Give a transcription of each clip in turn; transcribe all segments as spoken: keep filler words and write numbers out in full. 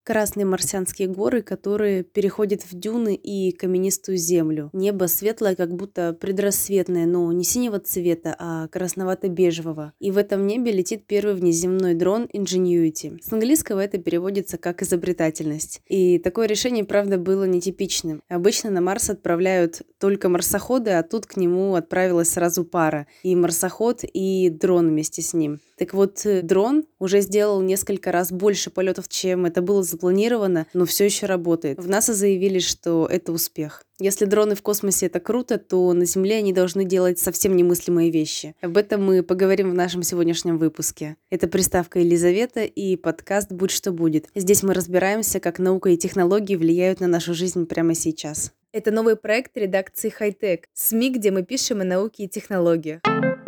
Красные марсианские горы, которые переходят в дюны и каменистую землю. Небо светлое, как будто предрассветное, но не синего цвета, а красновато-бежевого. И в этом небе летит первый внеземной дрон Ingenuity. С английского это переводится как изобретательность. И такое решение, правда, было нетипичным. Обычно на Марс отправляют только марсоходы, а тут к нему отправилась сразу пара. И марсоход, и дрон вместе с ним. Так вот, дрон уже сделал несколько раз больше полетов, чем это было запланировано, но все еще работает. В НАСА заявили, что это успех. Если дроны в космосе это круто, то на Земле они должны делать совсем немыслимые вещи. Об этом мы поговорим в нашем сегодняшнем выпуске. Это «Приставка Елизавета» и подкаст «Будь что будет». Здесь мы разбираемся, как наука и технологии влияют на нашу жизнь прямо сейчас. Это новый проект редакции High-Tech, СМИ, где мы пишем о науке и технологиях.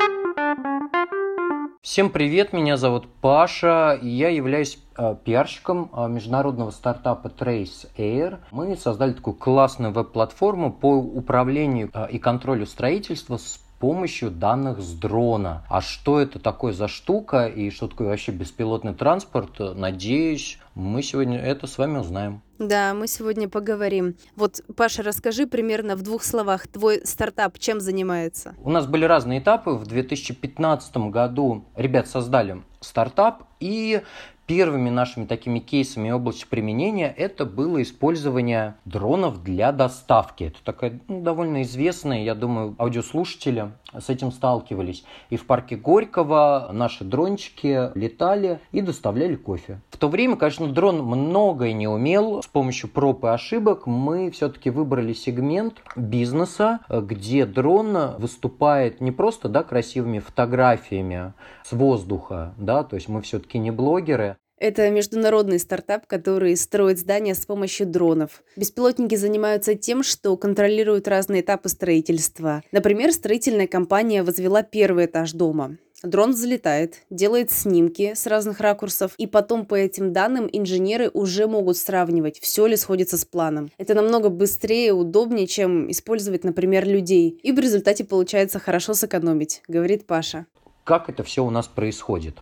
Всем привет, меня зовут Паша, и я являюсь э, пиарщиком э, международного стартапа Trace Air. Мы создали такую классную веб-платформу по управлению э, и контролю строительства с помощью данных с дрона. А что это такое за штука и что такое вообще беспилотный транспорт, надеюсь, мы сегодня это с вами узнаем. Да, мы сегодня поговорим. Вот, Паша, расскажи примерно в двух словах, твой стартап чем занимается? У нас были разные этапы. В две тысячи пятнадцатом году ребят создали стартап, и первыми нашими такими кейсами области применения это было использование дронов для доставки. Это такая ну, довольно известная, я думаю, аудиослушатели с этим сталкивались. И в парке Горького наши дрончики летали и доставляли кофе. В то время, конечно, дрон многое не умел. С помощью проб и ошибок мы все-таки выбрали сегмент бизнеса, где дрон выступает не просто да, красивыми фотографиями с воздуха, да, то есть мы все-таки не блогеры. Это международный стартап, который строит здания с помощью дронов. Беспилотники занимаются тем, что контролируют разные этапы строительства. Например, строительная компания возвела первый этаж дома. Дрон взлетает, делает снимки с разных ракурсов, и потом по этим данным инженеры уже могут сравнивать, все ли сходится с планом. Это намного быстрее и удобнее, чем использовать, например, людей. И в результате получается хорошо сэкономить, говорит Паша. Как это все у нас происходит?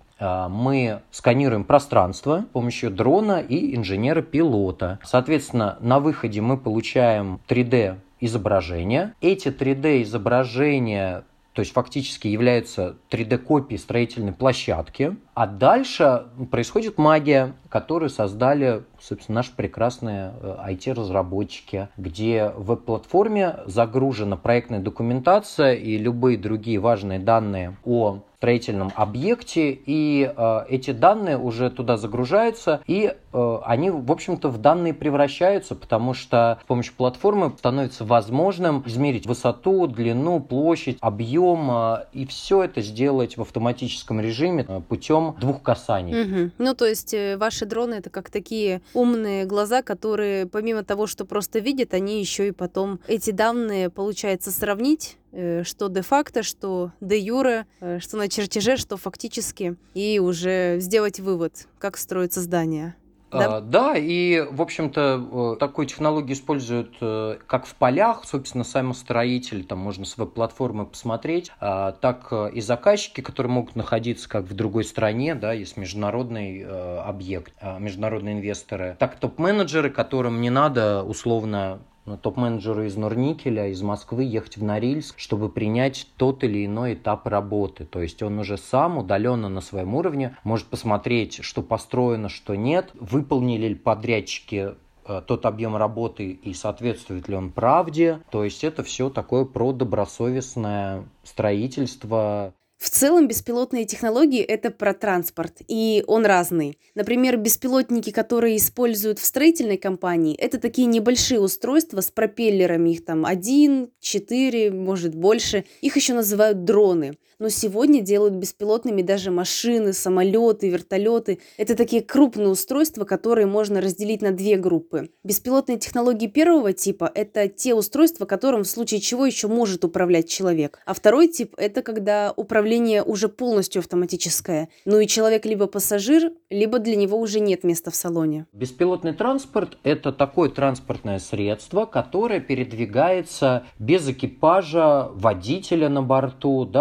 Мы сканируем пространство с помощью дрона и инженера-пилота. Соответственно, на выходе мы получаем три дэ изображения. Эти три дэ изображения, то есть фактически являются три дэ копией строительной площадки. А дальше происходит магия, которую создали, собственно, наши прекрасные ай ти-разработчики, где в веб-платформе загружена проектная документация и любые другие важные данные о строительном объекте, и э, эти данные уже туда загружаются, и э, они, в общем-то, в данные превращаются, потому что с помощью платформы становится возможным измерить высоту, длину, площадь, объем, э, и все это сделать в автоматическом режиме э, путем двух касаний. Угу. Ну, то есть э, ваши дроны это как такие умные глаза, которые помимо того, что просто видят, они еще и потом эти данные, получается, сравнить, что де-факто, что де-юре, что на чертеже, что фактически, и уже сделать вывод, как строится здание. Да? А, да, и, в общем-то, такую технологию используют как в полях, собственно, сами строители, там можно с веб-платформы посмотреть, а, так и заказчики, которые могут находиться как в другой стране, да, есть международный а, объект, а, международные инвесторы, так топ-менеджеры, которым не надо условно топ-менеджеру из Норникеля, из Москвы ехать в Норильск, чтобы принять тот или иной этап работы. То есть он уже сам удаленно на своем уровне может посмотреть, что построено, что нет, выполнили ли подрядчики тот объем работы и соответствует ли он правде. То есть это все такое про добросовестное строительство. В целом беспилотные технологии – это про транспорт, и он разный. Например, беспилотники, которые используют в строительной компании, это такие небольшие устройства с пропеллерами, их там один, четыре, может больше. Их еще называют дроны. Но сегодня делают беспилотными даже машины, самолеты, вертолеты. Это такие крупные устройства, которые можно разделить на две группы. Беспилотные технологии первого типа – это те устройства, которым в случае чего еще может управлять человек. А второй тип – это когда управление уже полностью автоматическое. Ну и человек либо пассажир, либо для него уже нет места в салоне. Беспилотный транспорт – это такое транспортное средство, которое передвигается без экипажа, водителя на борту, да,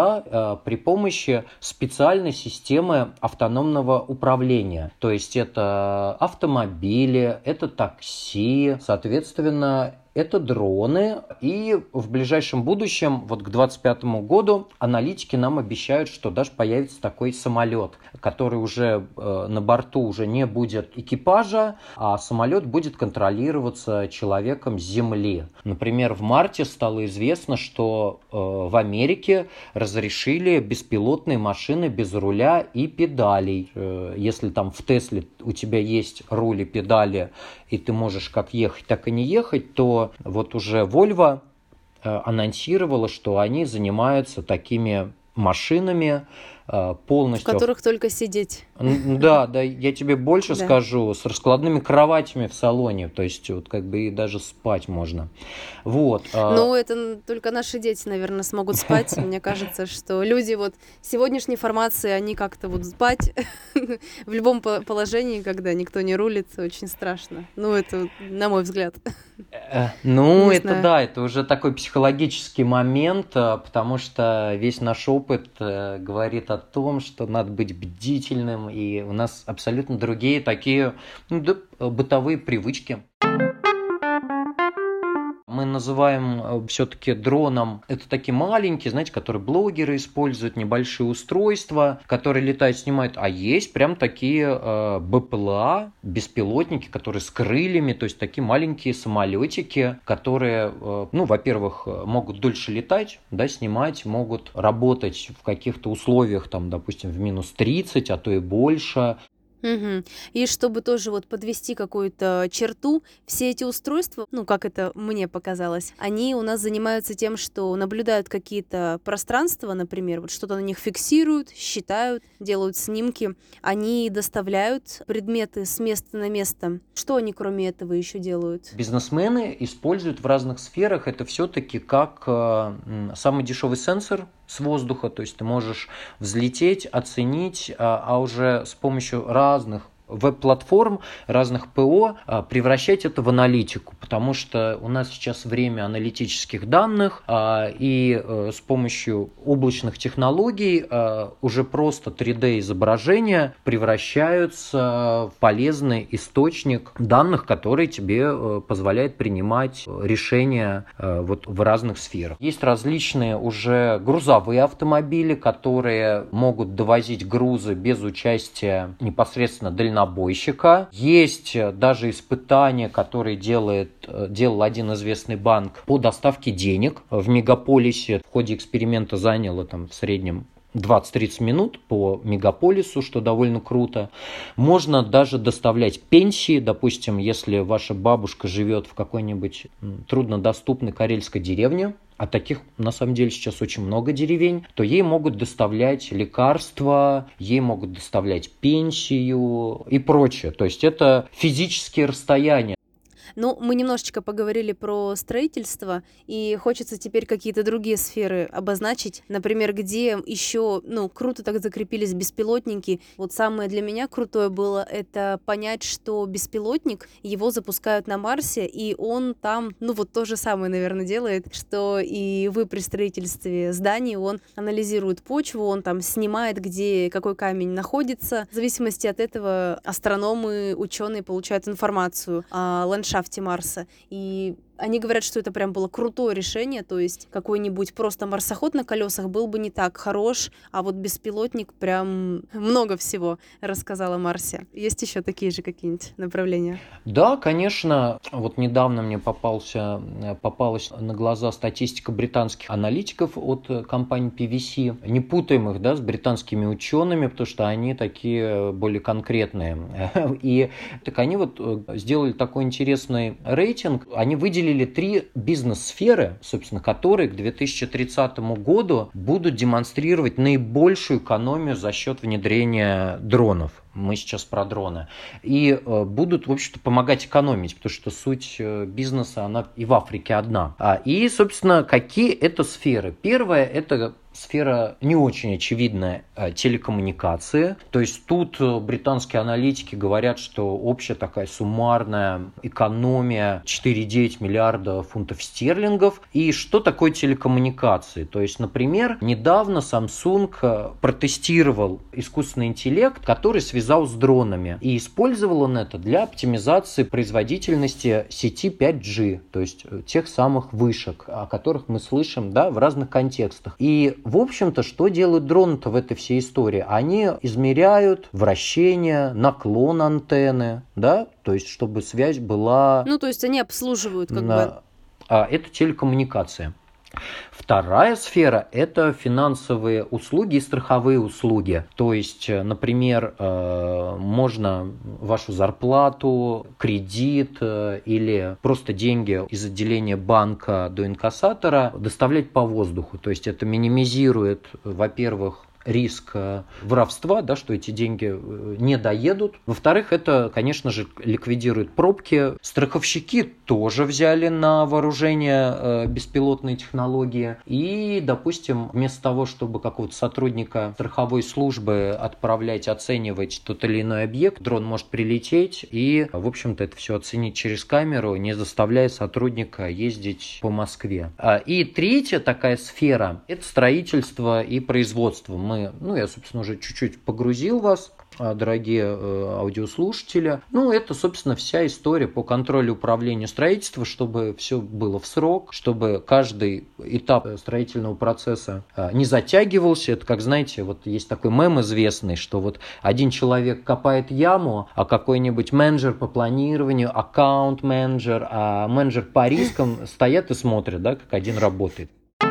при помощи специальной системы автономного управления. То есть это автомобили, это такси, соответственно, это дроны, и в ближайшем будущем, вот к двадцать пятому году, аналитики нам обещают, что даже появится такой самолет, который уже э, на борту уже не будет экипажа, а самолет будет контролироваться человеком с земли. Например, в марте стало известно, что э, в Америке разрешили беспилотные машины без руля и педалей. Э, если там в Тесле у тебя есть руль и педали, и ты можешь как ехать, так и не ехать, то вот уже Volvo анонсировала, что они занимаются такими машинами полностью. В которых только сидеть. Да, да, я тебе больше Да. скажу, с раскладными кроватями в салоне, то есть вот как бы и даже спать можно. Вот. Ну, это только наши дети, наверное, смогут спать. Мне кажется, что люди вот сегодняшней формации, они как-то будут спать в любом положении, когда никто не рулит, очень страшно. Ну, это на мой взгляд. Ну, Не это знаю. да, это уже такой психологический момент, потому что весь наш опыт говорит о том, что надо быть бдительным, и у нас абсолютно другие такие, ну, да, бытовые привычки. Мы называем все-таки дроном, это такие маленькие, знаете, которые блогеры используют, небольшие устройства, которые летают, снимают, а есть прям такие э, БПЛА, беспилотники, которые с крыльями, то есть такие маленькие самолетики, которые, э, ну, во-первых, могут дольше летать, да, снимать, могут работать в каких-то условиях, там, допустим, в минус тридцать, а то и больше. Угу. И чтобы тоже вот подвести какую-то черту, все эти устройства, ну, как это мне показалось, они у нас занимаются тем, что наблюдают какие-то пространства, например, вот что-то на них фиксируют, считают, делают снимки, они доставляют предметы с места на место. Что они, кроме этого, еще делают? Бизнесмены используют в разных сферах это все-таки как э, самый дешевый сенсор с воздуха, то есть ты можешь взлететь, оценить, а, а уже с помощью разных веб-платформ, разных ПО превращать это в аналитику, потому что у нас сейчас время аналитических данных, и с помощью облачных технологий уже просто три дэ изображения превращаются в полезный источник данных, который тебе позволяет принимать решения вот в разных сферах. Есть различные уже грузовые автомобили, которые могут довозить грузы без участия непосредственно дальнобойщика. Есть даже испытания, которые делает, делал один известный банк по доставке денег в мегаполисе. В ходе эксперимента заняло там в среднем двадцать-тридцать минут по мегаполису, что довольно круто. Можно даже доставлять пенсии, допустим, если ваша бабушка живет в какой-нибудь труднодоступной карельской деревне, а таких на самом деле сейчас очень много деревень, то ей могут доставлять лекарства, ей могут доставлять пенсию и прочее. То есть это физические расстояния. Ну, мы немножечко поговорили про строительство, и хочется теперь какие-то другие сферы обозначить. Например, где еще, ну, круто так закрепились беспилотники. Вот самое для меня крутое было это понять, что беспилотник, его запускают на Марсе, и он там, ну, вот то же самое, наверное, делает, что и вы при строительстве зданий, он анализирует почву, он там снимает, где какой камень находится. В зависимости от этого астрономы, ученые получают информацию о ландшафте Марса. И они говорят, что это прям было крутое решение, то есть какой-нибудь просто марсоход на колесах был бы не так хорош, а вот беспилотник прям много всего рассказал о Марсе. Есть еще такие же какие-нибудь направления? Да, конечно. Вот недавно мне попался, попалась на глаза статистика британских аналитиков от компании пи ви си. Не путаем их, да, с британскими учеными, потому что они такие более конкретные. И так они вот сделали такой интересный рейтинг. Они выделили три бизнес-сферы, собственно, которые к две тысячи тридцатому году будут демонстрировать наибольшую экономию за счет внедрения дронов. Мы сейчас про дроны. И э, будут, в общем-то, помогать экономить, потому что суть э, бизнеса, она и в Африке одна. А, и, собственно, какие это сферы? Первое – это сфера не очень очевидная – телекоммуникации. То есть тут британские аналитики говорят, что общая такая суммарная экономия четыре целых девять миллиарда фунтов стерлингов. И что такое телекоммуникации? То есть, например, недавно Samsung протестировал искусственный интеллект, который связал с дронами. И использовал он это для оптимизации производительности сети пять джи, то есть тех самых вышек, о которых мы слышим, да, в разных контекстах. И, в общем-то, что делают дроны-то в этой всей истории? Они измеряют вращение, наклон антенны, да, то есть чтобы связь была... Ну, то есть они обслуживают как на... бы... А, это телекоммуникация. Вторая сфера – это финансовые услуги и страховые услуги. То есть, например, можно вашу зарплату, кредит или просто деньги из отделения банка до инкассатора доставлять по воздуху. То есть это минимизирует, во-первых, риск воровства, да, что эти деньги не доедут. Во-вторых, это, конечно же, ликвидирует пробки. Страховщики тоже взяли на вооружение беспилотные технологии. И, допустим, вместо того, чтобы какого-то сотрудника страховой службы отправлять, оценивать тот или иной объект, дрон может прилететь и, в общем-то, это все оценить через камеру, не заставляя сотрудника ездить по Москве. И третья такая сфера – это строительство и производство. Мы, ну, я, собственно, уже чуть-чуть погрузил вас, дорогие аудиослушатели. Ну, это, собственно, вся история по контролю управления строительства, чтобы все было в срок, чтобы каждый этап строительного процесса не затягивался. Это, как знаете, вот есть такой мем известный, что вот один человек копает яму, а какой-нибудь менеджер по планированию, аккаунт-менеджер, а менеджер по рискам стоят и смотрят, да, как один работает.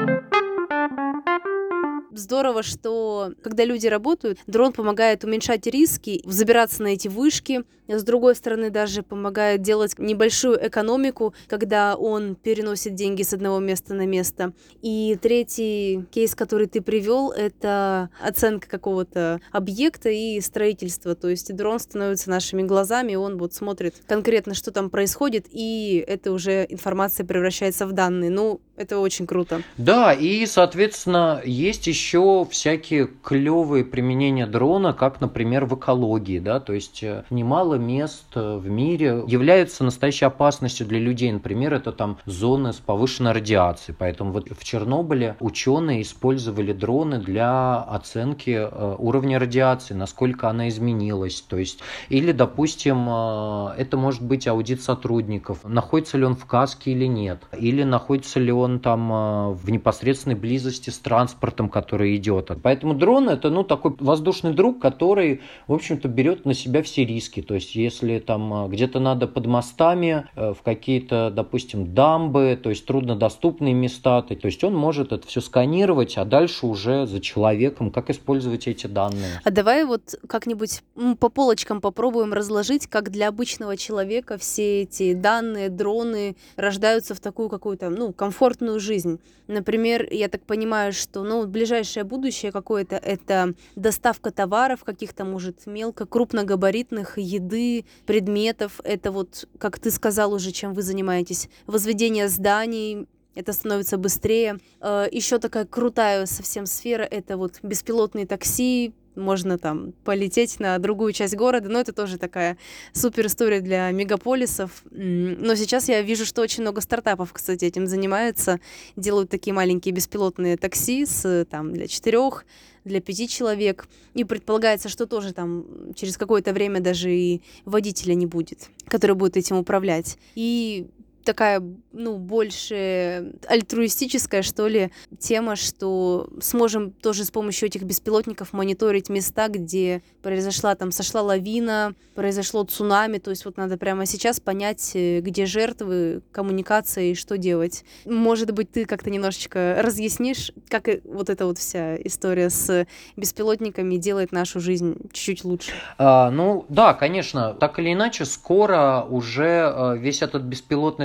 Здорово, что когда люди работают, дрон помогает уменьшать риски, забираться на эти вышки. С другой стороны, даже помогает делать небольшую экономику, когда он переносит деньги с одного места на место. И третий кейс, который ты привел, это оценка какого-то объекта и строительство. То есть дрон становится нашими глазами, он вот смотрит конкретно, что там происходит, и это уже информация превращается в данные. Ну, это очень круто. Да, и, соответственно, есть еще всякие клевые применения дрона, как, например, в экологии, да, то есть немало мест в мире являются настоящей опасностью для людей. Например, это там зоны с повышенной радиацией. Поэтому вот в Чернобыле ученые использовали дроны для оценки уровня радиации, насколько она изменилась. То есть, или, допустим, это может быть аудит сотрудников, находится ли он в каске или нет, или находится ли он там в непосредственной близости с транспортом, который идет. Поэтому дрон — это, ну, такой воздушный друг, который, в общем-то, берет на себя все риски. То есть, если там где-то надо под мостами, в какие-то, допустим, дамбы, то есть труднодоступные места, то есть он может это все сканировать, а дальше уже за человеком, как использовать эти данные. А давай вот как-нибудь по полочкам попробуем разложить, как для обычного человека все эти данные, дроны рождаются в такую какую-то, ну, комфортную жизнь. Например, я так понимаю, что, ну, ближайшее будущее какое-то — это доставка товаров каких-то, может, мелко, крупногабаритных, еды, предметов. Это вот, как ты сказал уже, чем вы занимаетесь, возведение зданий. Это становится быстрее. Еще такая крутая совсем сфера — это вот беспилотные такси. Можно там полететь на другую часть города, но это тоже такая супер история для мегаполисов. Но сейчас я вижу, что очень много стартапов, кстати, этим занимаются, делают такие маленькие беспилотные такси с, там, для четырех, для пяти человек. И предполагается, что тоже там через какое-то время даже и водителя не будет, который будет этим управлять. И такая, ну, больше альтруистическая, что ли, тема, что сможем тоже с помощью этих беспилотников мониторить места, где произошла, там, сошла лавина, произошло цунами, то есть вот надо прямо сейчас понять, где жертвы, коммуникация и что делать. Может быть, ты как-то немножечко разъяснишь, как вот эта вот вся история с беспилотниками делает нашу жизнь чуть-чуть лучше? А, ну, да, конечно, так или иначе, скоро уже весь этот беспилотный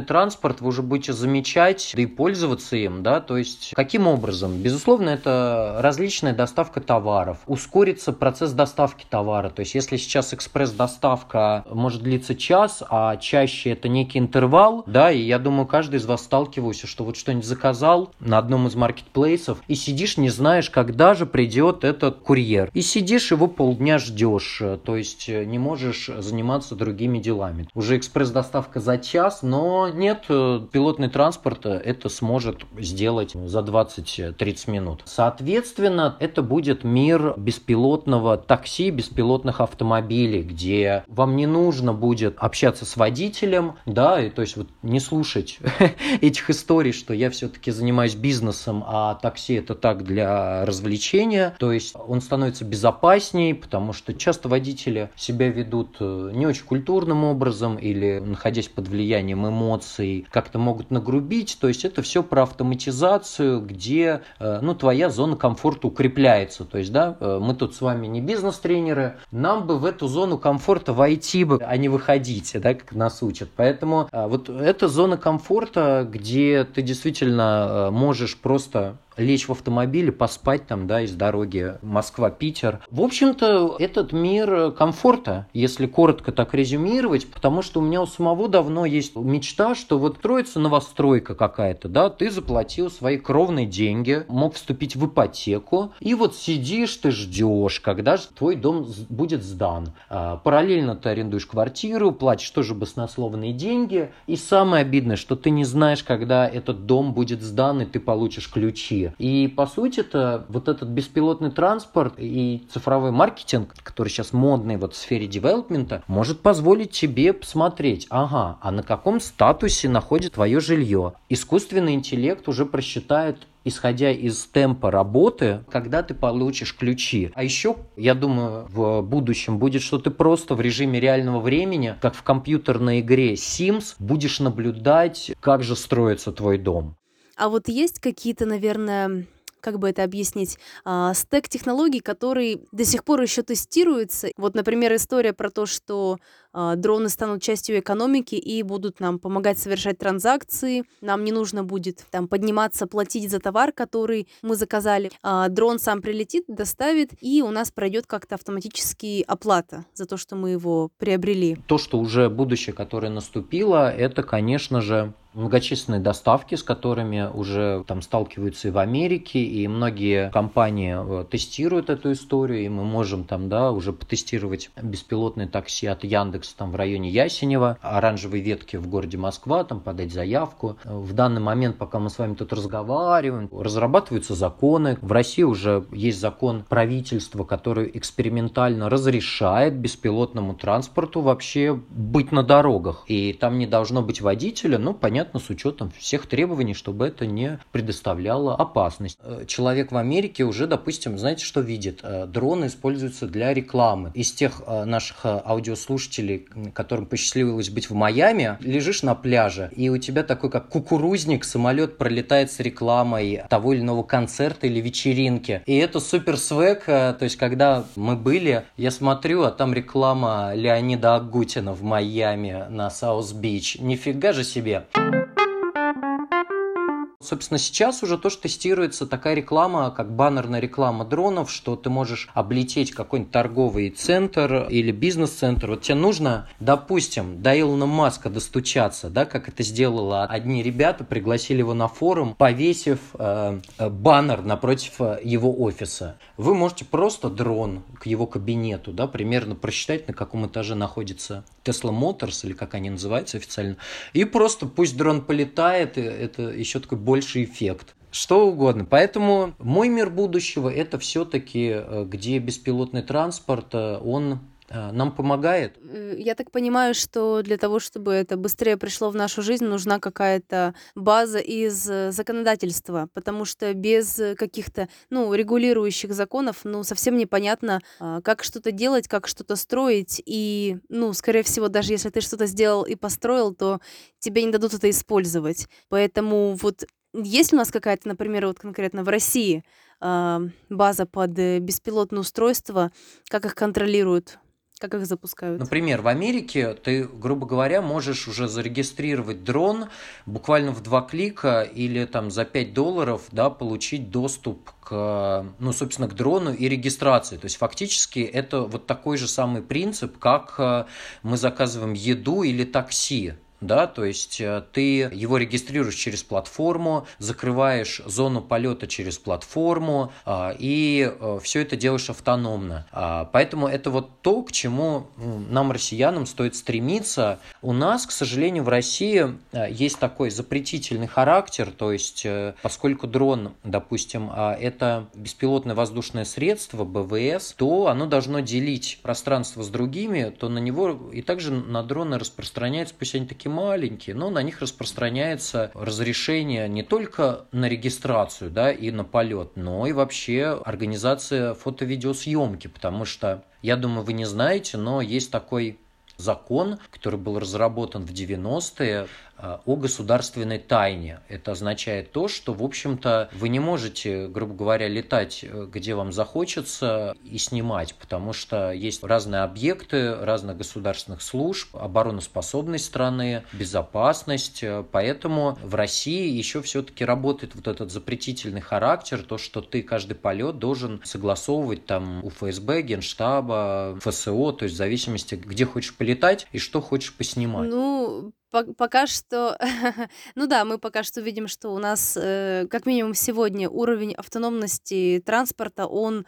транспорт вы уже будете замечать, да и пользоваться им, да, то есть каким образом? Безусловно, это различная доставка товаров, ускорится процесс доставки товара, то есть если сейчас экспресс-доставка может длиться час, а чаще это некий интервал, да, и я думаю, каждый из вас сталкивался, что вот что-нибудь заказал на одном из маркетплейсов, и сидишь, не знаешь, когда же придет этот курьер, и сидишь его полдня ждешь, то есть не можешь заниматься другими делами. Уже экспресс-доставка за час, но нет, пилотный транспорт это сможет сделать за двадцать-тридцать минут. Соответственно, это будет мир беспилотного такси, беспилотных автомобилей, где вам не нужно будет общаться с водителем, да, и то есть вот не слушать этих историй, что я все-таки занимаюсь бизнесом, а такси это так для развлечения. То есть он становится безопаснее, потому что часто водители себя ведут не очень культурным образом или, находясь под влиянием эмоций, как-то могут нагрубить. То есть это все про автоматизацию, где ну, твоя зона комфорта укрепляется. То есть, да, мы тут с вами не бизнес-тренеры, нам бы в эту зону комфорта войти бы, а не выходить, да, как нас учат. Поэтому вот эта зона комфорта, где ты действительно можешь просто лечь в автомобиле, поспать там, да, из дороги Москва-Питер. В общем-то, этот мир комфорта, если коротко так резюмировать, потому что у меня у самого давно есть мечта, что вот строится новостройка какая-то, да, ты заплатил свои кровные деньги, мог вступить в ипотеку, и вот сидишь, ты ждешь, когда же твой дом будет сдан. А, параллельно ты арендуешь квартиру, платишь тоже баснословные деньги, и самое обидное, что ты не знаешь, когда этот дом будет сдан, и ты получишь ключи. И по сути-то вот этот беспилотный транспорт и цифровой маркетинг, который сейчас модный вот в сфере девелопмента, может позволить тебе посмотреть, ага, а на каком статусе находится твое жилье. Искусственный интеллект уже просчитает, исходя из темпа работы, когда ты получишь ключи. А еще, я думаю, в будущем будет, что ты просто в режиме реального времени, как в компьютерной игре Sims, будешь наблюдать, как же строится твой дом. А вот есть какие-то, наверное, как бы это объяснить, а, стек технологий, который до сих пор еще тестируется. Вот, например, история про то, что а, дроны станут частью экономики и будут нам помогать совершать транзакции. Нам не нужно будет там подниматься, платить за товар, который мы заказали. А, дрон сам прилетит, доставит, и у нас пройдет как-то автоматически оплата за то, что мы его приобрели. То, что уже будущее, которое наступило, это, конечно же, многочисленные доставки, с которыми уже там сталкиваются и в Америке, и многие компании тестируют эту историю, и мы можем там, да, уже потестировать беспилотное такси от Яндекса там в районе Ясенева, оранжевой ветки в городе Москва, там подать заявку. В данный момент, пока мы с вами тут разговариваем, разрабатываются законы. В России уже есть закон правительства, который экспериментально разрешает беспилотному транспорту вообще быть на дорогах. И там не должно быть водителя, ну, понятно, с учетом всех требований, чтобы это не предоставляло опасность. Человек в Америке уже, допустим, знаете, что видит? Дроны используются для рекламы. Из тех наших аудиослушателей, которым посчастливилось быть в Майами, лежишь на пляже, и у тебя такой, как кукурузник, самолет пролетает с рекламой того или иного концерта или вечеринки. И это супер свек, то есть, когда мы были, я смотрю, а там реклама Леонида Агутина в Майами на Саус-Бич. Нифига же себе! Собственно, сейчас уже тоже тестируется такая реклама, как баннерная реклама дронов, что ты можешь облететь какой-нибудь торговый центр или бизнес-центр. Вот тебе нужно, допустим, до Илона Маска достучаться, да, как это сделало одни ребята, пригласили его на форум, повесив э, баннер напротив его офиса. Вы можете просто дрон к его кабинету, да, примерно просчитать, на каком этаже находится Tesla Motors, или как они называются официально, и просто пусть дрон полетает, и это еще такой больший эффект. Что угодно. Поэтому мой мир будущего – это все-таки, где беспилотный транспорт, он нам помогает. Я так понимаю, что для того, чтобы это быстрее пришло в нашу жизнь, нужна какая-то база из законодательства, потому что без каких-то, ну, регулирующих законов, ну, совсем непонятно, как что-то делать, как что-то строить, и, ну, скорее всего, даже если ты что-то сделал и построил, то тебе не дадут это использовать. Поэтому вот есть у нас какая-то, например, вот конкретно в России база под беспилотные устройства, как их контролируют? Как их запускают? Например, в Америке ты, грубо говоря, можешь уже зарегистрировать дрон буквально в два клика или там за пять долларов, да, получить доступ к, ну, собственно, к дрону и регистрации. То есть фактически это вот такой же самый принцип, как мы заказываем еду или такси. Да, то есть ты его регистрируешь через платформу, закрываешь зону полета через платформу, и все это делаешь автономно. Поэтому это вот то, к чему нам, россиянам, стоит стремиться. У нас, к сожалению, в России есть такой запретительный характер, то есть поскольку дрон, допустим, это беспилотное воздушное средство, бэ вэ эс, то оно должно делить пространство с другими, то на него и также на дроны распространяется, пусть они такие маленькие, но на них распространяется разрешение не только на регистрацию, да, и на полет, но и вообще организация фото-видеосъемки, потому что, я думаю, вы не знаете, но есть такой закон, который был разработан в девяностые, о государственной тайне. Это означает то, что, в общем-то, вы не можете, грубо говоря, летать, где вам захочется, и снимать, потому что есть разные объекты разных государственных служб, обороноспособность страны, безопасность. Поэтому в России еще все-таки работает вот этот запретительный характер, то, что ты каждый полет должен согласовывать там у эф эс бэ, Генштаба, эф эс о, то есть в зависимости, где хочешь полетать и что хочешь поснимать. Ну, пока что, ну да, мы пока что видим, что у нас, э, как минимум сегодня, уровень автономности транспорта, он,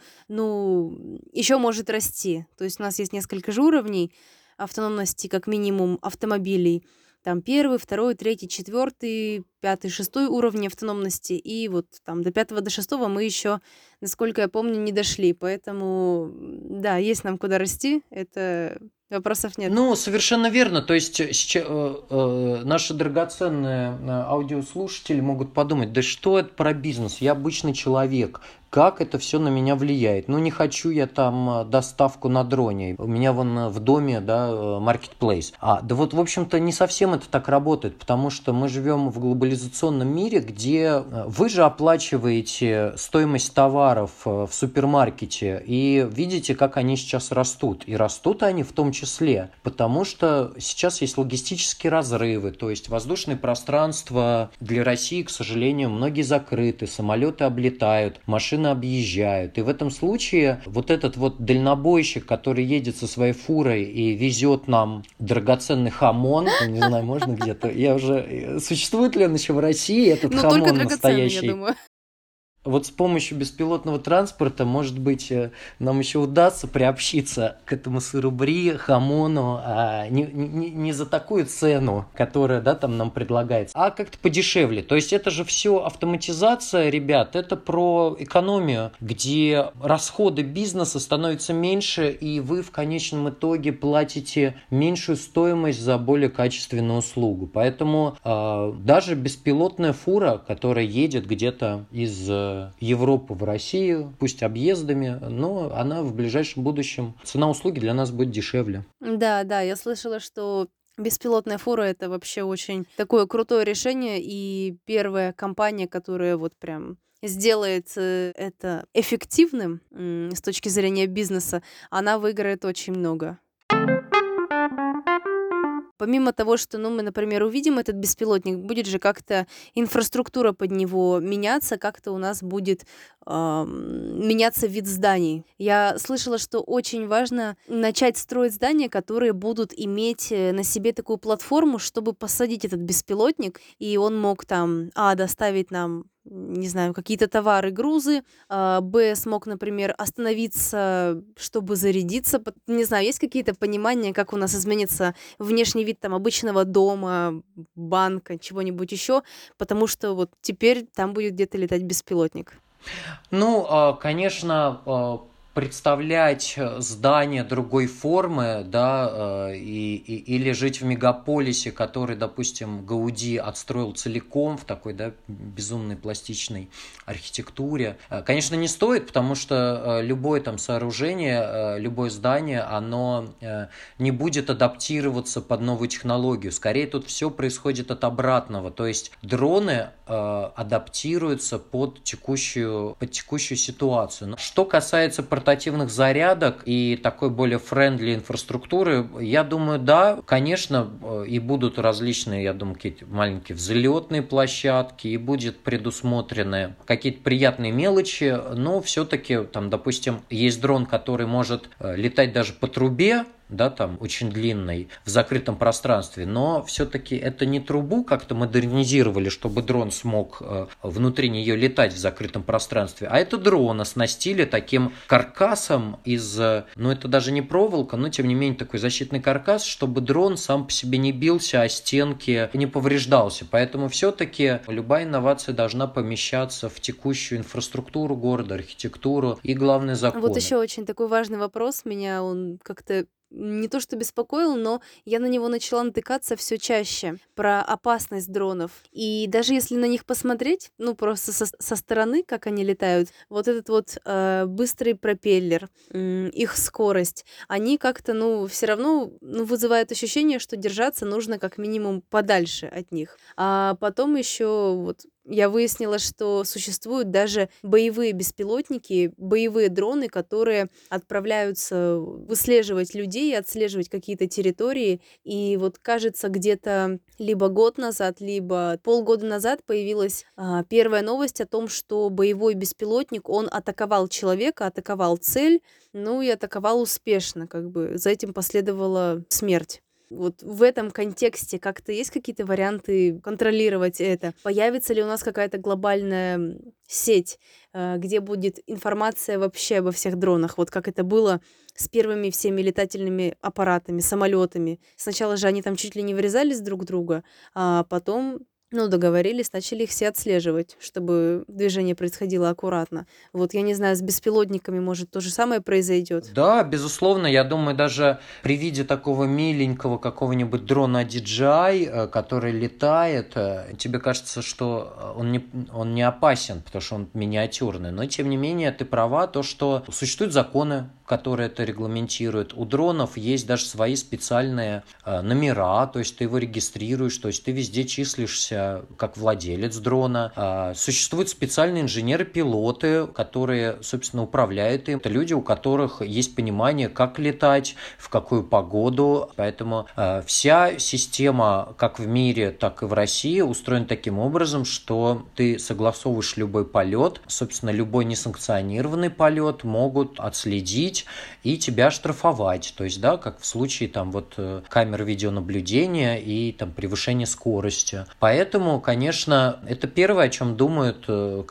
ну, еще может расти. То есть у нас есть несколько же уровней автономности, как минимум, автомобилей. Там первый, второй, третий, четвертый, пятый, шестой уровни автономности. И вот там до пятого, до шестого мы еще, насколько я помню, не дошли. Поэтому, да, есть нам куда расти. Это... Вопросов нет. Ну, совершенно верно. То есть сейчас, э, э, наши драгоценные аудиослушатели могут подумать, да что это про бизнес? Я обычный человек. Как это все на меня влияет? Ну, не хочу я там доставку на дроне. У меня вон в доме, да, marketplace. А, да вот, в общем-то, не совсем это так работает, потому что мы живем в глобализационном мире, где вы же оплачиваете стоимость товаров в супермаркете и видите, как они сейчас растут. И растут они в том числе, потому что сейчас есть логистические разрывы, то есть воздушное пространство для России, к сожалению, многие закрыты, самолеты облетают, машины объезжают. И в этом случае вот этот вот дальнобойщик, который едет со своей фурой и везет нам драгоценный хамон, не знаю, можно где-то, я уже... Существует ли он еще в России, этот ну, хамон только настоящий? Я думаю. Вот с помощью беспилотного транспорта, может быть, нам еще удастся приобщиться к этому сыру бри, хамону, а не, не, не за такую цену, которая, да, там нам предлагается, а как-то подешевле. То есть это же все автоматизация, ребят, это про экономию, где расходы бизнеса становятся меньше, и вы в конечном итоге платите меньшую стоимость за более качественную услугу. Поэтому э, даже беспилотная фура, которая едет где-то из Европу в Россию, пусть объездами, но она в ближайшем будущем, цена услуги для нас будет дешевле. Да, да, я слышала, что беспилотная фура — это вообще очень такое крутое решение, и первая компания, которая вот прям сделает это эффективным с точки зрения бизнеса, она выиграет очень много. Помимо того, что, ну, мы, например, увидим этот беспилотник, будет же как-то инфраструктура под него меняться, как-то у нас будет э, меняться вид зданий. Я слышала, что очень важно начать строить здания, которые будут иметь на себе такую платформу, чтобы посадить этот беспилотник, и он мог там, а, доставить нам, не знаю, какие-то товары, грузы, а, б, смог, например, остановиться, чтобы зарядиться. Не знаю, есть какие-то понимания, как у нас изменится внешний вид там обычного дома, банка, чего-нибудь еще, потому что вот теперь там будет где-то летать беспилотник. Ну, конечно, представлять здание другой формы, да, и, и, или жить в мегаполисе, который, допустим, Гауди отстроил целиком в такой, да, безумной пластичной архитектуре, конечно, не стоит, потому что любое там сооружение, любое здание, оно не будет адаптироваться под новую технологию. Скорее, тут все происходит от обратного. То есть дроны адаптируются под текущую, под текущую ситуацию. Что касается прототипов, портативных зарядок и такой более френдли инфраструктуры, я думаю, да, конечно, и будут различные, я думаю, какие-то маленькие взлетные площадки, и будет предусмотрены какие-то приятные мелочи, но все-таки, там, допустим, есть дрон, который может летать даже по трубе, да, там, очень длинной, в закрытом пространстве, но все-таки это не трубу как-то модернизировали, чтобы дрон смог э, внутри нее летать в закрытом пространстве, а это дрон оснастили таким каркасом из, э, ну, это даже не проволока, но, тем не менее, такой защитный каркас, чтобы дрон сам по себе не бился о стенки и не повреждался. Поэтому все-таки любая инновация должна помещаться в текущую инфраструктуру города, архитектуру и, главное, законы. Вот еще очень такой важный вопрос, меня он как-то не то что беспокоил, но я на него начала натыкаться все чаще, про опасность дронов. И даже если на них посмотреть, ну просто со, со стороны, как они летают, вот этот вот э, быстрый пропеллер, м, их скорость, они как-то, ну, все равно ну, вызывают ощущение, что держаться нужно как минимум подальше от них. А потом еще вот я выяснила, что существуют даже боевые беспилотники, боевые дроны, которые отправляются выслеживать людей, отслеживать какие-то территории. И вот, кажется, где-то либо год назад, либо полгода назад появилась а, первая новость о том, что боевой беспилотник, он атаковал человека, атаковал цель, ну и атаковал успешно, как бы за этим последовала смерть. Вот в этом контексте как-то есть какие-то варианты контролировать это? Появится ли у нас какая-то глобальная сеть, э, где будет информация вообще обо всех дронах? Вот как это было с первыми всеми летательными аппаратами, самолетами. Сначала же они там чуть ли не врезались друг в друга, а потом, ну, договорились, начали их все отслеживать, чтобы движение происходило аккуратно. Вот я не знаю, с беспилотниками, может, то же самое произойдет? Да, безусловно, я думаю, даже при виде такого миленького какого-нибудь дрона ди джей ай, который летает, тебе кажется, что он не, он не опасен, потому что он миниатюрный. Но, тем не менее, ты права, то, что существуют законы, которые это регламентируют. У дронов есть даже свои специальные номера, то есть ты его регистрируешь, то есть ты везде числишься как владелец дрона. Существуют специальные инженеры-пилоты, которые, собственно, управляют им. Это люди, у которых есть понимание, как летать, в какую погоду. Поэтому вся система, как в мире, так и в России, устроена таким образом, что ты согласовываешь любой полет, собственно, любой несанкционированный полет могут отследить и тебя штрафовать. То есть, да, как в случае там вот камер видеонаблюдения и там превышения скорости. Поэтому Поэтому, конечно, это первое, о чем думают,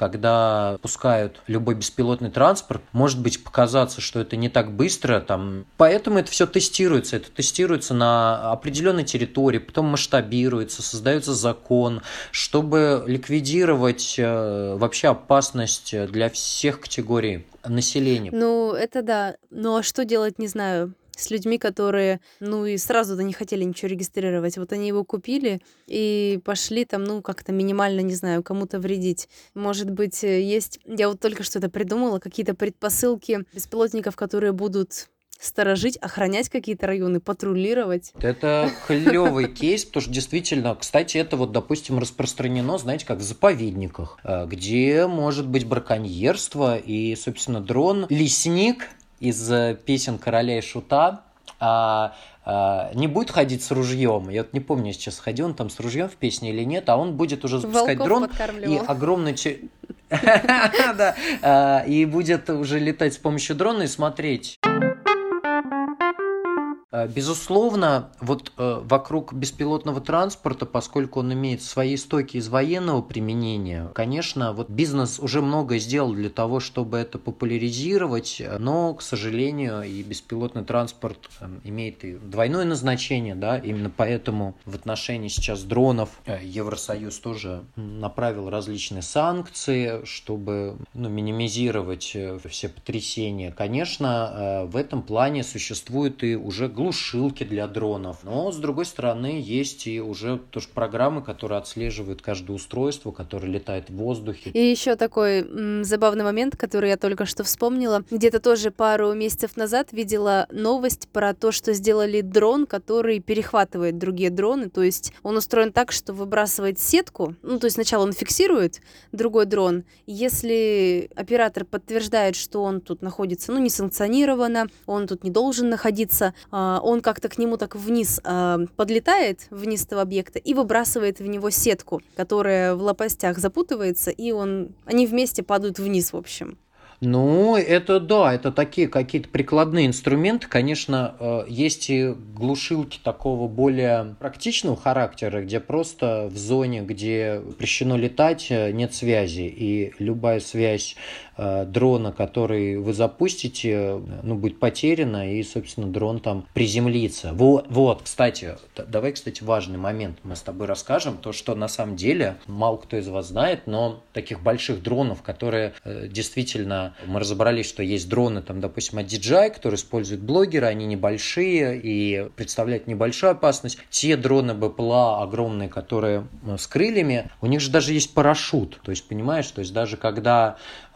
когда пускают любой беспилотный транспорт. Может быть, показаться, что это не так быстро. Там. Поэтому это все тестируется. Это тестируется на определенной территории, потом масштабируется, создается закон, чтобы ликвидировать вообще опасность для всех категорий населения. Ну, это да. Ну, а что делать, не знаю, с людьми, которые, ну, и сразу-то не хотели ничего регистрировать. Вот они его купили и пошли там, ну, как-то минимально, не знаю, кому-то вредить. Может быть, есть... Я вот только что это придумала, какие-то предпосылки беспилотников, которые будут сторожить, охранять какие-то районы, патрулировать. Это клевый кейс, потому что действительно, кстати, это вот, допустим, распространено, знаете, как в заповедниках, где может быть браконьерство, и, собственно, дрон-лесник из песен «Короля и Шута» а, а, не будет ходить с ружьем. Я вот не помню, сейчас ходил он там с ружьем в песне или нет, а он будет уже запускать дрон и огромный... И будет уже летать с помощью дрона и смотреть. Безусловно, вот э, вокруг беспилотного транспорта, поскольку он имеет свои истоки из военного применения, конечно, вот бизнес уже многое сделал для того, чтобы это популяризировать, но, к сожалению, и беспилотный транспорт э, имеет и двойное назначение, да, именно поэтому в отношении сейчас дронов э, Евросоюз тоже направил различные санкции, чтобы ну, минимизировать э, все потрясения. Конечно, э, в этом плане существует и уже глушилки для дронов. Но, с другой стороны, есть и уже тоже программы, которые отслеживают каждое устройство, которое летает в воздухе. И еще такой м, забавный момент, который я только что вспомнила. Где-то тоже пару месяцев назад видела новость про то, что сделали дрон, который перехватывает другие дроны. То есть он устроен так, что выбрасывает сетку. Ну, то есть сначала он фиксирует другой дрон. Если оператор подтверждает, что он тут находится, ну, несанкционированно, он тут не должен находиться, а, он как-то к нему так вниз а, подлетает, вниз этого объекта, и выбрасывает в него сетку, которая в лопастях запутывается, и он, они вместе падают вниз, в общем. Ну, это да, это такие какие-то прикладные инструменты. Конечно, э, есть и глушилки такого более практичного характера, где просто в зоне, где запрещено летать, э, нет связи. И любая связь э, дрона, который вы запустите, э, ну, будет потеряна, и, собственно, дрон там приземлится. Вот, вот, кстати, т- давай, кстати, важный момент мы с тобой расскажем. То, что на самом деле мало кто из вас знает, но таких больших дронов, которые э, действительно... Мы разобрались, что есть дроны, там, допустим, от D J I, которые используют блогеры, они небольшие и представляют небольшую опасность. Те дроны бэ пэ эл а огромные, которые с крыльями, у них же даже есть парашют. То есть, понимаешь, то есть даже когда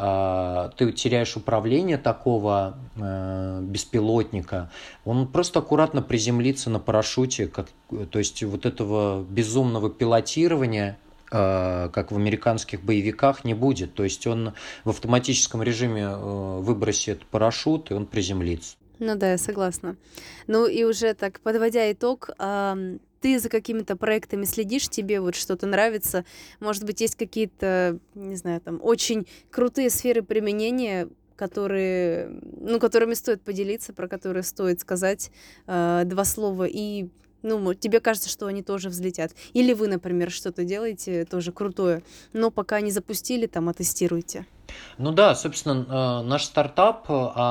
э, ты теряешь управление такого э, беспилотника, он просто аккуратно приземлится на парашюте, как, то есть вот этого безумного пилотирования, как в американских боевиках, не будет. То есть он в автоматическом режиме выбросит парашют, и он приземлится. Ну да, я согласна. Ну и уже так, подводя итог, а, ты за какими-то проектами следишь, тебе вот что-то нравится? Может быть, есть какие-то, не знаю, там, очень крутые сферы применения, которые, ну, которыми стоит поделиться, про которые стоит сказать а, два слова, и ну, мо- тебе кажется, что они тоже взлетят. Или вы, например, что-то делаете тоже крутое, но пока не запустили, там, а тестируете. Ну да, собственно, э, наш стартап,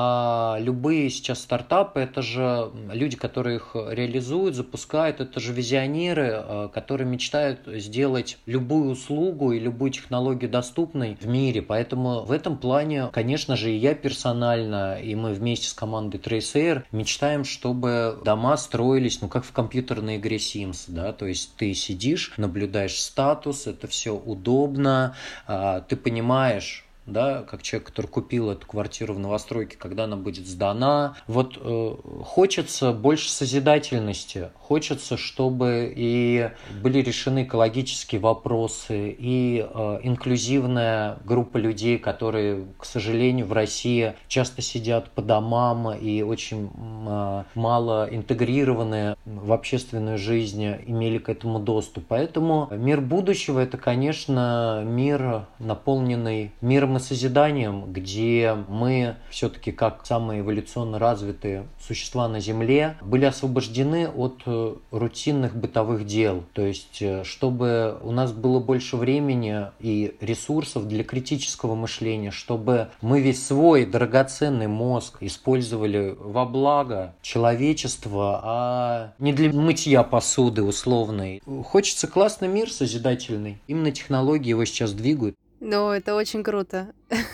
а любые сейчас стартапы, это же люди, которые их реализуют, запускают, это же визионеры, э, которые мечтают сделать любую услугу и любую технологию доступной в мире. Поэтому в этом плане, конечно же, и я персонально, и мы вместе с командой TraceAir мечтаем, чтобы дома строились, ну, как в компьютерной игре Sims, да, то есть ты сидишь, наблюдаешь статус, это все удобно, а, ты понимаешь, да, как человек, который купил эту квартиру в новостройке, когда она будет сдана. Вот э, хочется больше созидательности, хочется, чтобы и были решены экологические вопросы, и э, инклюзивная группа людей, которые, к сожалению, в России часто сидят по домам и очень э, мало интегрированы в общественную жизнь, имели к этому доступ. Поэтому мир будущего – это, конечно, мир, наполненный миром и созиданием, где мы все-таки, как самые эволюционно развитые существа на Земле, были освобождены от э, рутинных бытовых дел. То есть, э, чтобы у нас было больше времени и ресурсов для критического мышления, чтобы мы весь свой драгоценный мозг использовали во благо человечества, а не для мытья посуды условной. Хочется классный мир созидательный. Именно технологии его сейчас двигают. Ну, это очень круто.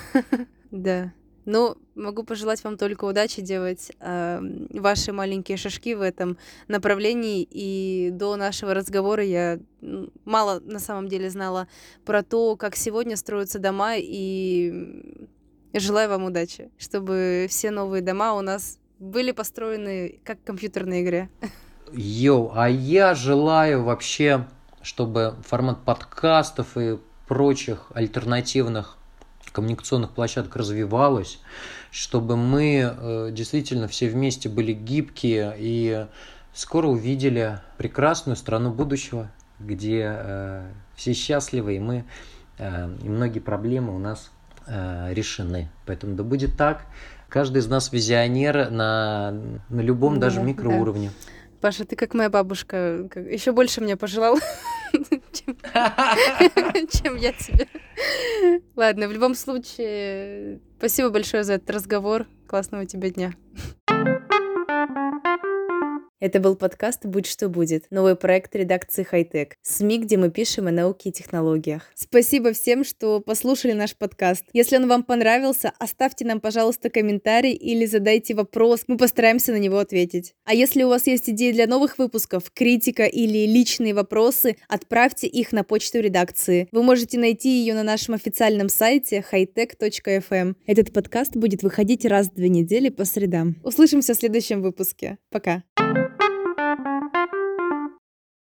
Да. Ну, могу пожелать вам только удачи делать а, ваши маленькие шажки в этом направлении. И до нашего разговора я м, мало на самом деле знала про то, как сегодня строятся дома. И м, желаю вам удачи, чтобы все новые дома у нас были построены как в компьютерной игре. Йоу, а я желаю вообще, чтобы формат подкастов и прочих альтернативных коммуникационных площадок развивалась, чтобы мы э, действительно все вместе были гибкие и скоро увидели прекрасную страну будущего, где э, все счастливы, и мы, э, и многие проблемы у нас э, решены. Поэтому да будет так. Каждый из нас визионер на, на любом, Да, даже да. микроуровне. Паша, ты как моя бабушка, как- еще больше мне пожелал, чем чем я тебе. Ладно, в любом случае, спасибо большое за этот разговор. Классного тебе дня. Это был подкаст «Будь что будет», новый проект редакции «Хай-Тек», СМИ, где мы пишем о науке и технологиях. Спасибо всем, что послушали наш подкаст. Если он вам понравился, оставьте нам, пожалуйста, комментарий или задайте вопрос, мы постараемся на него ответить. А если у вас есть идеи для новых выпусков, критика или личные вопросы, отправьте их на почту редакции. Вы можете найти ее на нашем официальном сайте хайтек точка эф эм. Этот подкаст будет выходить раз в две недели по средам. Услышимся в следующем выпуске. Пока.